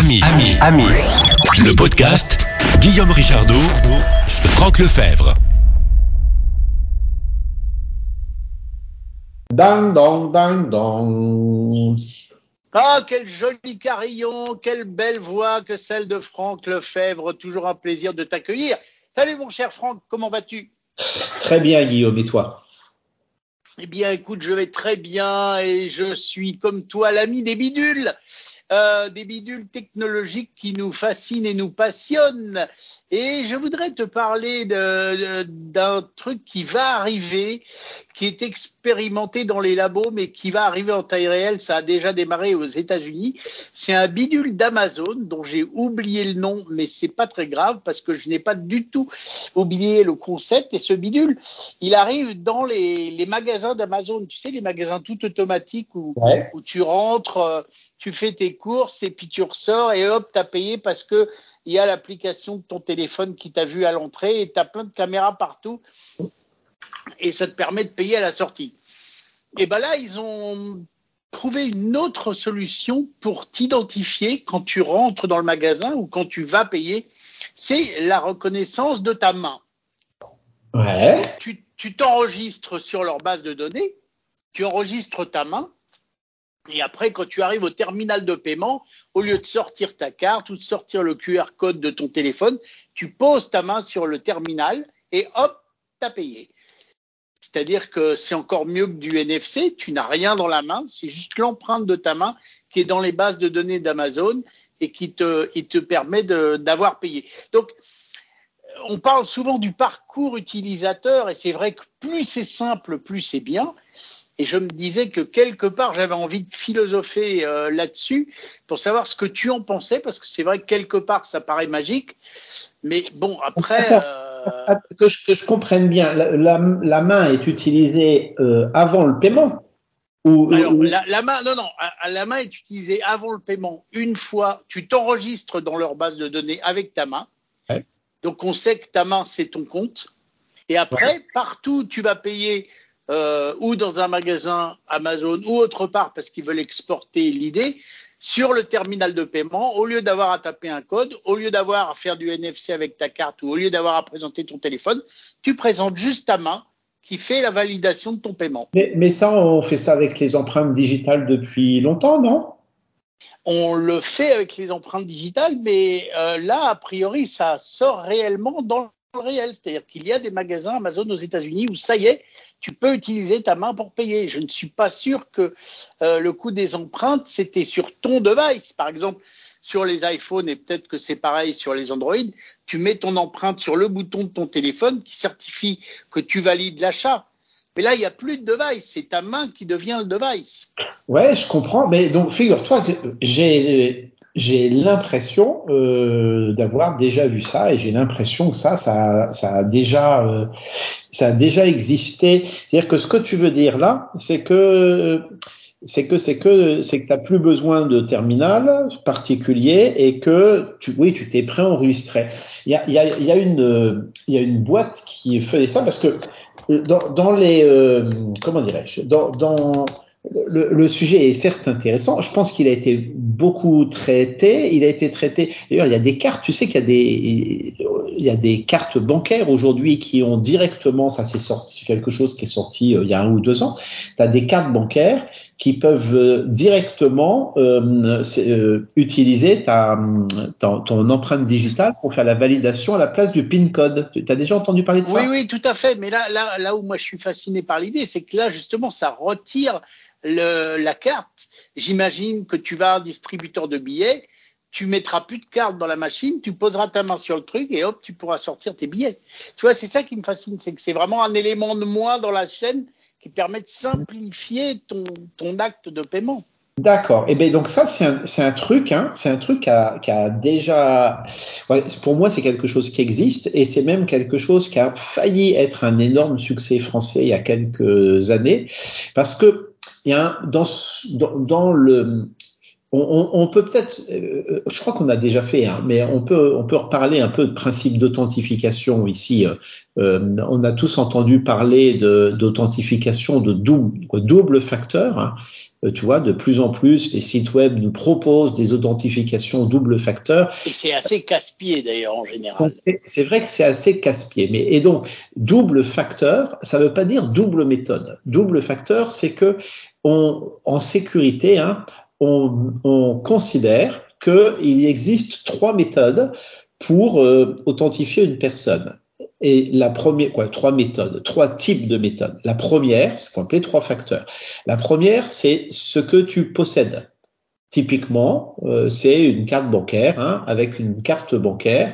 Ami. Le podcast Guillaume Richardot, Franck Lefebvre. Ding dong, ding dong. Ah, quel joli carillon, quelle belle voix que celle de Franck Lefebvre. Toujours un plaisir de t'accueillir. Salut mon cher Franck, comment vas-tu? Très bien, Guillaume, et toi? Eh bien, écoute, je vais très bien et je suis comme toi l'ami des bidules. Des bidules technologiques qui nous fascinent et nous passionnent. Et je voudrais te parler d'un truc qui va arriver, qui est expérimenté dans les labos, mais qui va arriver en taille réelle. Ça a déjà démarré aux États-Unis. C'est un bidule d'Amazon dont j'ai oublié le nom, mais c'est pas très grave parce que je n'ai pas du tout oublié le concept. Et ce bidule, il arrive dans les magasins d'Amazon. Tu sais, les magasins tout automatiques où tu rentres, tu fais tes courses et puis tu ressors et hop, t'as payé parce que il y a l'application de ton téléphone qui t'a vu à l'entrée et t'as plein de caméras partout et ça te permet de payer à la sortie. Et ben là, ils ont trouvé une autre solution pour t'identifier quand tu rentres dans le magasin ou quand tu vas payer. C'est la reconnaissance de ta main. Ouais. Donc, tu t'enregistres sur leur base de données, tu enregistres ta main. Et après, quand tu arrives au terminal de paiement, au lieu de sortir ta carte ou de sortir le QR code de ton téléphone, tu poses ta main sur le terminal et hop, t'as payé. C'est-à-dire que c'est encore mieux que du NFC, tu n'as rien dans la main, c'est juste l'empreinte de ta main qui est dans les bases de données d'Amazon et qui te permet d'avoir payé. Donc, on parle souvent du parcours utilisateur et c'est vrai que plus c'est simple, plus c'est bien. Et je me disais que quelque part, j'avais envie de philosopher là-dessus pour savoir ce que tu en pensais, parce que c'est vrai que quelque part, ça paraît magique. Mais bon, après... Que je comprenne bien, la main est utilisée avant le paiement Alors, la main, non, la main est utilisée avant le paiement. Une fois, tu t'enregistres dans leur base de données avec ta main. Ouais. Donc, on sait que ta main, c'est ton compte. Et après, partout où tu vas payer, ou dans un magasin Amazon ou autre part, parce qu'ils veulent exporter l'idée, sur le terminal de paiement, au lieu d'avoir à taper un code, au lieu d'avoir à faire du NFC avec ta carte ou au lieu d'avoir à présenter ton téléphone, tu présentes juste ta main qui fait la validation de ton paiement. Mais ça, on fait ça avec les empreintes digitales depuis longtemps, non? On le fait avec les empreintes digitales, mais là, a priori, ça sort réellement dans le réel. C'est-à-dire qu'il y a des magasins Amazon aux États-Unis où ça y est, tu peux utiliser ta main pour payer. Je ne suis pas sûr que le coût des empreintes, c'était sur ton device. Par exemple, sur les iPhones, et peut-être que c'est pareil sur les Android, tu mets ton empreinte sur le bouton de ton téléphone qui certifie que tu valides l'achat. Mais là, il n'y a plus de device, c'est ta main qui devient le device. Ouais, je comprends. Mais donc, figure-toi que j'ai l'impression d'avoir déjà vu ça et j'ai l'impression que ça a déjà existé. C'est-à-dire que ce que tu veux dire là, c'est que t'as plus besoin de terminal particulier et que tu t'es préenregistré. Il y a une boîte qui faisait ça parce que dans les comment dirais-je dans le sujet est certes intéressant. Je pense qu'il a été beaucoup traité. Il a été traité. D'ailleurs, il y a des cartes. Tu sais il y a des cartes bancaires aujourd'hui qui ont directement, ça c'est sorti, c'est quelque chose qui est sorti il y a 1 ou 2 ans. Tu as des cartes bancaires qui peuvent directement utiliser ton empreinte digitale pour faire la validation à la place du PIN code. Tu as déjà entendu parler de ça? Oui, tout à fait. Mais là où moi je suis fasciné par l'idée, c'est que là, justement, ça retire la carte. J'imagine que tu vas à un distributeur de billets, tu mettras plus de carte dans la machine, tu poseras ta main sur le truc et hop, tu pourras sortir tes billets. Tu vois, c'est ça qui me fascine, c'est que c'est vraiment un élément de moins dans la chaîne qui permet de simplifier ton acte de paiement. D'accord. Et ben donc ça c'est un truc c'est un truc qui a déjà pour moi c'est quelque chose qui existe et c'est même quelque chose qui a failli être un énorme succès français il y a quelques années parce que il y a dans le on peut peut-être, je crois qu'on a déjà fait, hein, mais on peut reparler un peu de principe d'authentification ici. On a tous entendu parler d'authentification de double facteur. Hein. Tu vois, de plus en plus, les sites web nous proposent des authentifications double facteur. Et c'est assez casse-pied d'ailleurs en général. Donc, c'est vrai que c'est assez casse-pied. Et donc, double facteur, ça ne veut pas dire double méthode. Double facteur, c'est que en sécurité, hein, on considère qu'il existe trois méthodes pour authentifier une personne. Et la première, trois méthodes, trois types de méthodes. La première, c'est qu'on appelle trois facteurs. La première, c'est ce que tu possèdes. Typiquement, c'est une carte bancaire. Hein, avec une carte bancaire,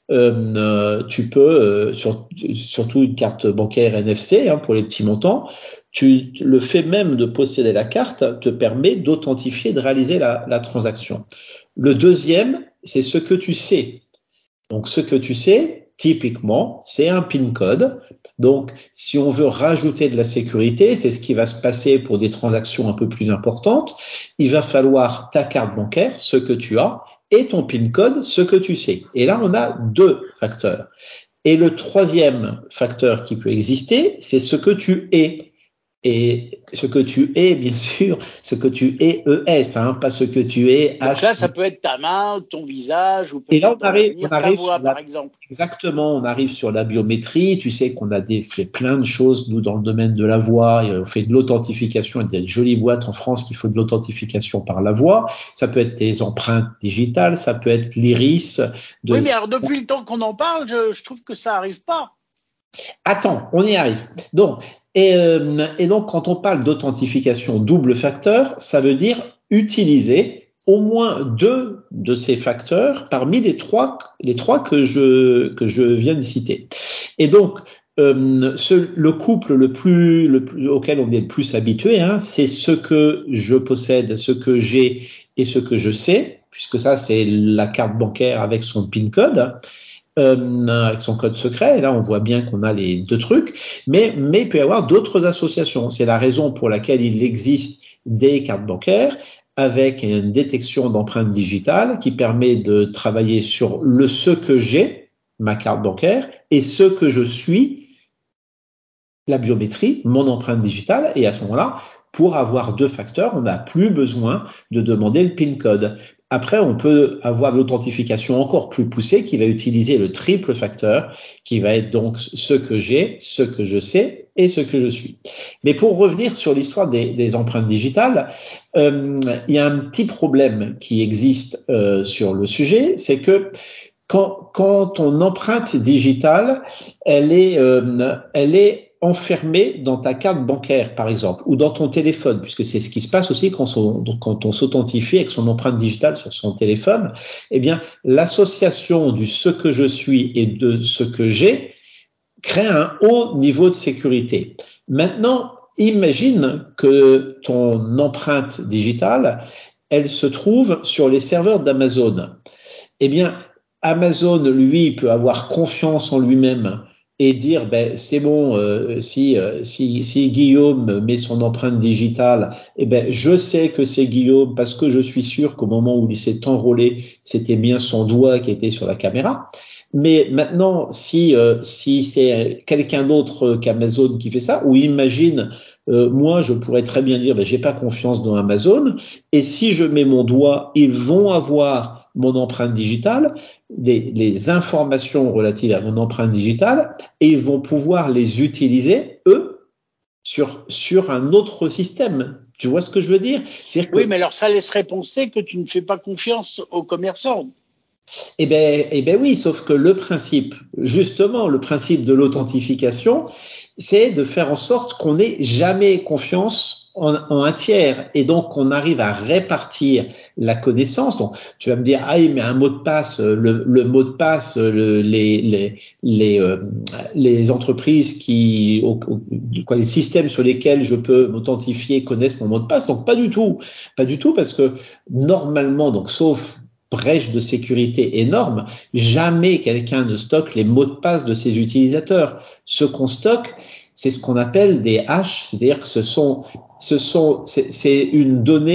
tu peux, surtout une carte bancaire NFC, hein, pour les petits montants, le fait même de posséder la carte te permet d'authentifier, de réaliser la transaction. Le deuxième, c'est ce que tu sais. Donc, ce que tu sais, typiquement, c'est un PIN code. Donc, si on veut rajouter de la sécurité, c'est ce qui va se passer pour des transactions un peu plus importantes. Il va falloir ta carte bancaire, ce que tu as, et ton PIN code, ce que tu sais. Et là, on a deux facteurs. Et le troisième facteur qui peut exister, c'est ce que tu es. Et ce que tu es, bien sûr, ce que tu es ES, hein, pas ce que tu es H. Donc là, ça peut être ta main, ton visage, ou Et là, peut-être ta voix, par exemple. Exactement, on arrive sur la biométrie. Tu sais qu'on a fait plein de choses, nous, dans le domaine de la voix. On fait de l'authentification. Il y a une jolie boîte en France qui fait de l'authentification par la voix. Ça peut être des empreintes digitales, ça peut être l'iris. Oui, mais alors depuis le temps qu'on en parle, je trouve que ça arrive pas. Attends, on y arrive. Donc, et donc, quand on parle d'authentification double facteur, ça veut dire utiliser au moins deux de ces facteurs parmi les trois que je viens de citer. Et donc, le couple le plus auquel on est le plus habitué, hein, c'est ce que je possède, ce que j'ai et ce que je sais, puisque ça, c'est la carte bancaire avec son PIN code. Avec son code secret. Et là, on voit bien qu'on a les deux trucs. Mais il peut y avoir d'autres associations. C'est la raison pour laquelle il existe des cartes bancaires avec une détection d'empreintes digitales qui permet de travailler sur ce que j'ai, ma carte bancaire, et ce que je suis, la biométrie, mon empreinte digitale. Et à ce moment-là, pour avoir deux facteurs, on n'a plus besoin de demander le PIN code. Après, on peut avoir l'authentification encore plus poussée qui va utiliser le triple facteur, qui va être donc ce que j'ai, ce que je sais et ce que je suis. Mais pour revenir sur l'histoire des empreintes digitales, il y a un petit problème qui existe sur le sujet, c'est que quand ton empreinte digitale, elle est enfermé dans ta carte bancaire, par exemple, ou dans ton téléphone, puisque c'est ce qui se passe aussi quand on s'authentifie avec son empreinte digitale sur son téléphone. Eh bien, l'association du ce que je suis et de ce que j'ai crée un haut niveau de sécurité. Maintenant, imagine que ton empreinte digitale, elle se trouve sur les serveurs d'Amazon. Eh bien, Amazon, lui, peut avoir confiance en lui-même et dire c'est bon, si Guillaume met son empreinte digitale, je sais que c'est Guillaume parce que je suis sûr qu'au moment où il s'est enrôlé, c'était bien son doigt qui était sur la caméra. Mais maintenant, si c'est quelqu'un d'autre qu'Amazon qui fait ça, ou imagine, moi je pourrais très bien dire j'ai pas confiance dans Amazon, et si je mets mon doigt, ils vont avoir mon empreinte digitale, les informations relatives à mon empreinte digitale, et ils vont pouvoir les utiliser, eux, sur un autre système. Tu vois ce que je veux dire? Oui, mais alors ça laisserait penser que tu ne fais pas confiance aux commerçants. Eh ben oui, sauf que le principe de l'authentification, c'est de faire en sorte qu'on n'ait jamais confiance en un tiers, et donc on arrive à répartir la connaissance. Donc tu vas me dire mais un mot de passe, le mot de passe, les entreprises les systèmes sur lesquels je peux m'authentifier connaissent mon mot de passe. Donc pas du tout, parce que normalement, donc sauf brèche de sécurité énorme, jamais quelqu'un ne stocke les mots de passe de ses utilisateurs. Ce qu'on stocke, c'est ce qu'on appelle des hashes, c'est-à-dire que c'est une donnée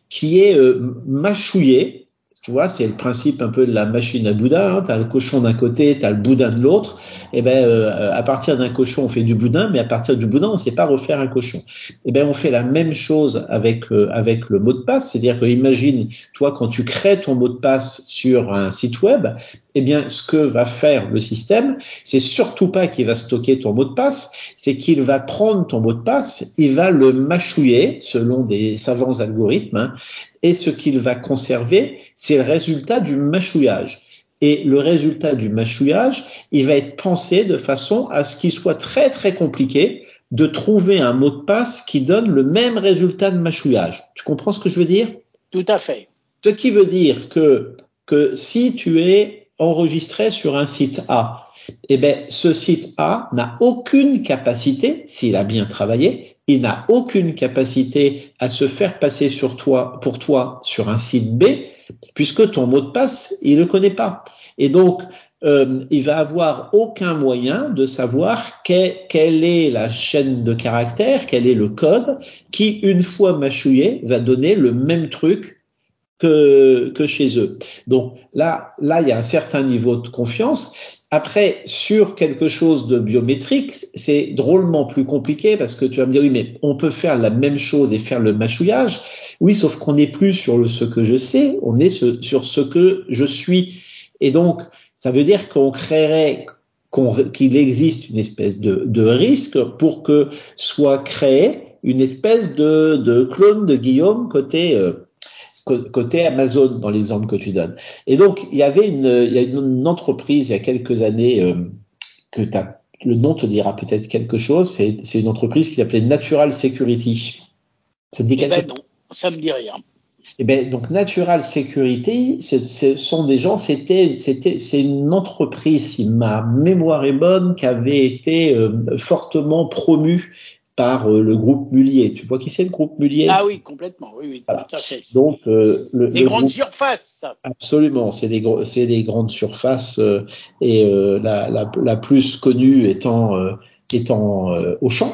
qui est mâchouillé. Tu vois, c'est le principe un peu de la machine à boudin. Hein. Tu as le cochon d'un côté, tu as le boudin de l'autre. Et à partir d'un cochon, on fait du boudin, mais à partir du boudin, on ne sait pas refaire un cochon. On fait la même chose avec le mot de passe. C'est-à-dire que imagine, toi, quand tu crées ton mot de passe sur un site web, ce que va faire le système, c'est surtout pas qu'il va stocker ton mot de passe, c'est qu'il va prendre ton mot de passe, il va le mâchouiller selon des savants algorithmes, hein, et ce qu'il va conserver, c'est le résultat du mâchouillage. Et le résultat du mâchouillage, il va être pensé de façon à ce qu'il soit très très compliqué de trouver un mot de passe qui donne le même résultat de mâchouillage. Tu comprends ce que je veux dire? Tout à fait. Ce qui veut dire que si tu es enregistré sur un site A, ce site A n'a aucune capacité, s'il a bien travaillé, il n'a aucune capacité à se faire passer pour toi sur un site B, puisque ton mot de passe, il le connaît pas. Et donc, il va avoir aucun moyen de savoir quelle est la chaîne de caractères, quel est le code qui, une fois mâchouillé, va donner le même truc que chez eux. Donc là, il y a un certain niveau de confiance. Après, sur quelque chose de biométrique, c'est drôlement plus compliqué parce que tu vas me dire, oui, mais on peut faire la même chose et faire le mâchouillage. Oui, sauf qu'on n'est plus sur ce que je sais, on est sur ce que je suis. Et donc, ça veut dire qu'on créerait qu'il existe une espèce de risque pour que soit créé une espèce de clone de Guillaume côté Amazon dans l'exemple que tu donnes. Et donc, il y a une entreprise il y a quelques années le nom te dira peut-être quelque chose. C'est une entreprise qui s'appelait Natural Security. Ça te dit quelque chose? Non, ça me dit rien. Donc Natural Security, ce sont des gens. C'est une entreprise, si ma mémoire est bonne, qui avait été fortement promue par le groupe Mullier. Tu vois qui c'est le groupe Mullier? Ah oui, complètement. Oui, voilà. Tout à fait. Donc des grandes surfaces. Ça. Absolument, c'est des grandes surfaces et la plus connue étant Auchan,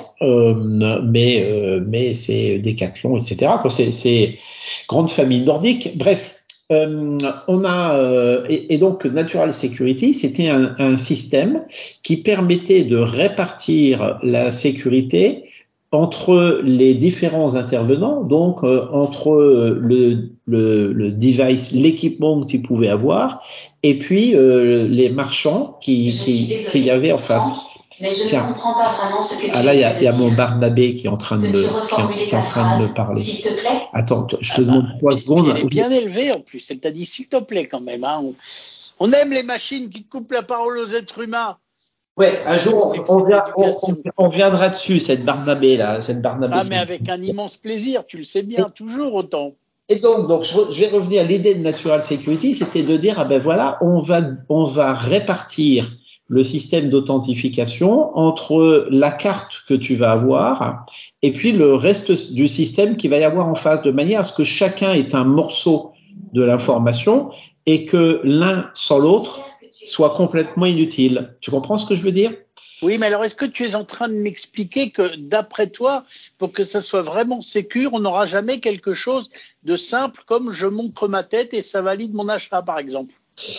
mais c'est Decathlon, etc. C'est grande famille nordique. Bref, on a et donc Natural Security, c'était un système qui permettait de répartir la sécurité entre les différents intervenants, donc entre le device, l'équipement que tu pouvais avoir, et puis les marchands qui y avait en face. Mais je ne comprends pas vraiment ce que tu là, il y a mon Barnabé qui est en train de me parler. S'il te plaît. Attends, je te demande 3 secondes. Elle est bien élevée en plus. Elle t'a dit s'il te plaît quand même. Hein. On aime les machines qui coupent la parole aux êtres humains. Ouais, un jour on viendra dessus, cette Barnabé là, mais avec un immense plaisir, tu le sais bien, toujours autant. Et donc je vais revenir à l'idée de Natural Security, c'était de dire voilà, on va répartir le système d'authentification entre la carte que tu vas avoir et puis le reste du système qu'il va y avoir en face, de manière à ce que chacun ait un morceau de l'information et que l'un sans l'autre soit complètement inutile. Tu comprends ce que je veux dire? Oui, mais alors est-ce que tu es en train de m'expliquer que d'après toi, pour que ça soit vraiment sécure, on n'aura jamais quelque chose de simple comme je montre ma tête et ça valide mon achat, par exemple?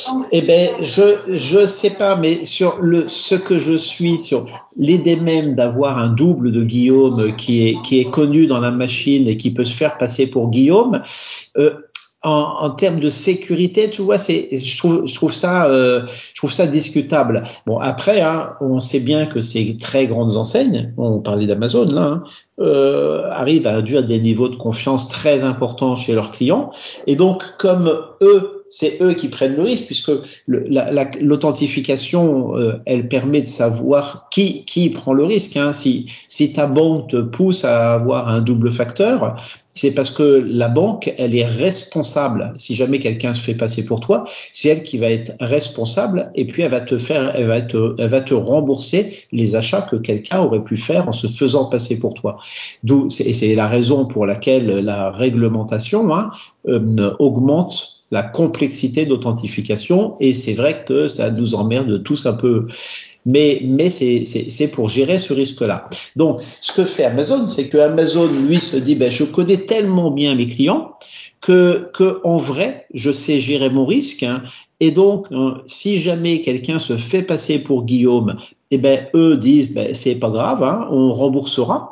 Je sais pas, mais sur ce que je suis, sur l'idée même d'avoir un double de Guillaume qui est connu dans la machine et qui peut se faire passer pour Guillaume, en termes de sécurité, tu vois, je trouve ça discutable. Bon, après, hein, on sait bien que ces très grandes enseignes, on parlait d'Amazon là, arrivent à induire des niveaux de confiance très importants chez leurs clients, et donc comme c'est eux qui prennent le risque, puisque l'authentification, elle permet de savoir qui prend le risque. Hein. Si ta banque te pousse à avoir un double facteur, c'est parce que la banque, elle est responsable. Si jamais quelqu'un se fait passer pour toi, c'est elle qui va être responsable, et puis elle va te rembourser les achats que quelqu'un aurait pu faire en se faisant passer pour toi. C'est la raison pour laquelle la réglementation augmente la complexité d'authentification, et c'est vrai que ça nous emmerde tous un peu. Mais c'est pour gérer ce risque-là. Donc, ce que fait Amazon, c'est que Amazon, lui, se dit, je connais tellement bien mes clients que en vrai, je sais gérer mon risque, hein, et donc si jamais quelqu'un se fait passer pour Guillaume, eh ben eux disent c'est pas grave, hein, on remboursera.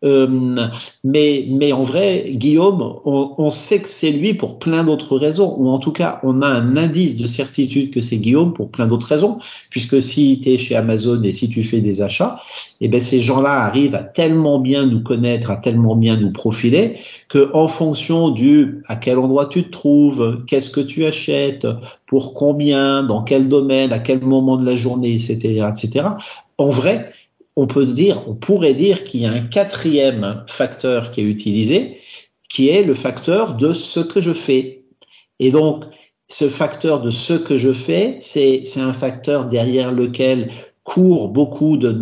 Mais en vrai, Guillaume, on sait que c'est lui pour plein d'autres raisons, ou en tout cas, on a un indice de certitude que c'est Guillaume pour plein d'autres raisons, puisque si tu es chez Amazon et si tu fais des achats, eh ben ces gens-là arrivent à tellement bien nous connaître, à tellement bien nous profiler, que en fonction du à quel endroit tu te trouves, qu'est-ce que tu achètes, pour combien, dans quel domaine, à quel moment de la journée, etc., etc. En vrai, on pourrait dire qu'il y a un quatrième facteur qui est utilisé, qui est le facteur de ce que je fais. Et donc, ce facteur de ce que je fais, c'est un facteur derrière lequel courent beaucoup de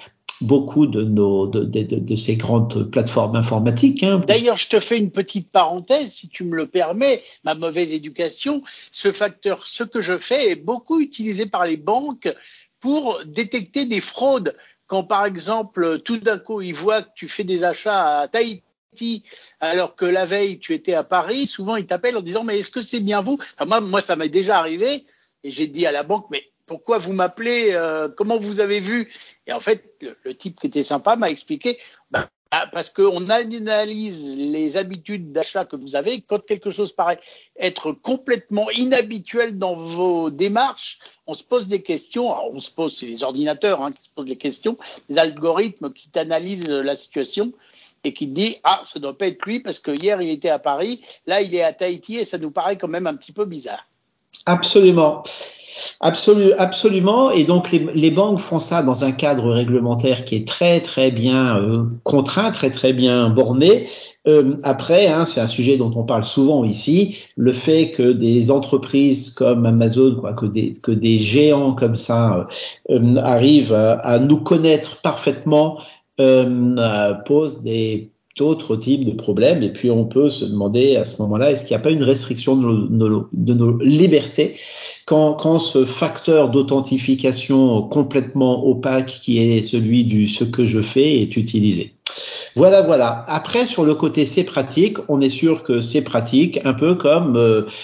ces grandes plateformes informatiques. Hein. D'ailleurs, je te fais une petite parenthèse, si tu me le permets, ma mauvaise éducation. Ce facteur, ce que je fais, est beaucoup utilisé par les banques pour détecter des fraudes. Quand, par exemple, tout d'un coup, ils voient que tu fais des achats à Tahiti, alors que la veille, tu étais à Paris, souvent, ils t'appellent en disant « Mais est-ce que c'est bien vous ?» Enfin, moi, ça m'est déjà arrivé, et j'ai dit à la banque « Mais pourquoi vous m'appelez comment vous avez vu ?» Et en fait, le type qui était sympa m'a expliqué parce qu'on analyse les habitudes d'achat que vous avez. Quand quelque chose paraît être complètement inhabituel dans vos démarches, on se pose des questions. Alors on se pose, c'est les ordinateurs qui se posent des questions, les algorithmes qui t'analysent la situation et qui te disent « Ah, ça ne doit pas être lui parce que hier il était à Paris, là il est à Tahiti et ça nous paraît quand même un petit peu bizarre. » Absolument. Absolument. Et donc les banques font ça dans un cadre réglementaire qui est très très bien contraint, très très bien borné. Après, c'est un sujet dont on parle souvent ici, le fait que des entreprises comme Amazon, que des géants comme ça arrivent à nous connaître parfaitement, pose d'autres types de problèmes. Et puis on peut se demander à ce moment-là, est-ce qu'il n'y a pas une restriction de nos libertés quand ce facteur d'authentification complètement opaque qui est celui du ce que je fais est utilisé. Voilà. Après, sur le côté c'est pratique, on est sûr que c'est pratique, un peu comme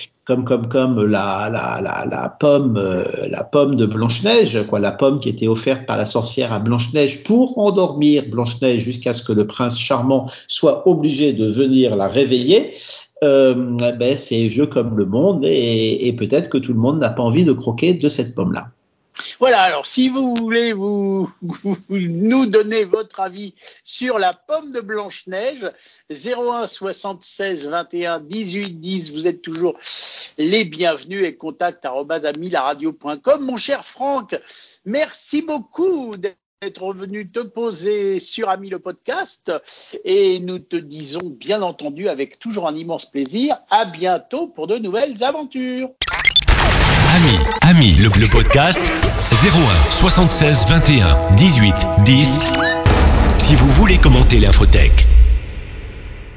la pomme de Blanche-Neige, la pomme qui était offerte par la sorcière à Blanche-Neige pour endormir Blanche-Neige jusqu'à ce que le prince charmant soit obligé de venir la réveiller. C'est vieux comme le monde et peut-être que tout le monde n'a pas envie de croquer de cette pomme-là. Voilà, alors si vous voulez nous donner votre avis sur la pomme de Blanche-Neige, 01 76 21 18 10, vous êtes toujours les bienvenus et contact@amilaradio.com. Mon cher Franck, merci beaucoup d'être revenu te poser sur Ami le podcast et nous te disons bien entendu avec toujours un immense plaisir à bientôt pour de nouvelles aventures. Ami, le podcast 01 76 21 18 10. Si vous voulez commenter l'infotech.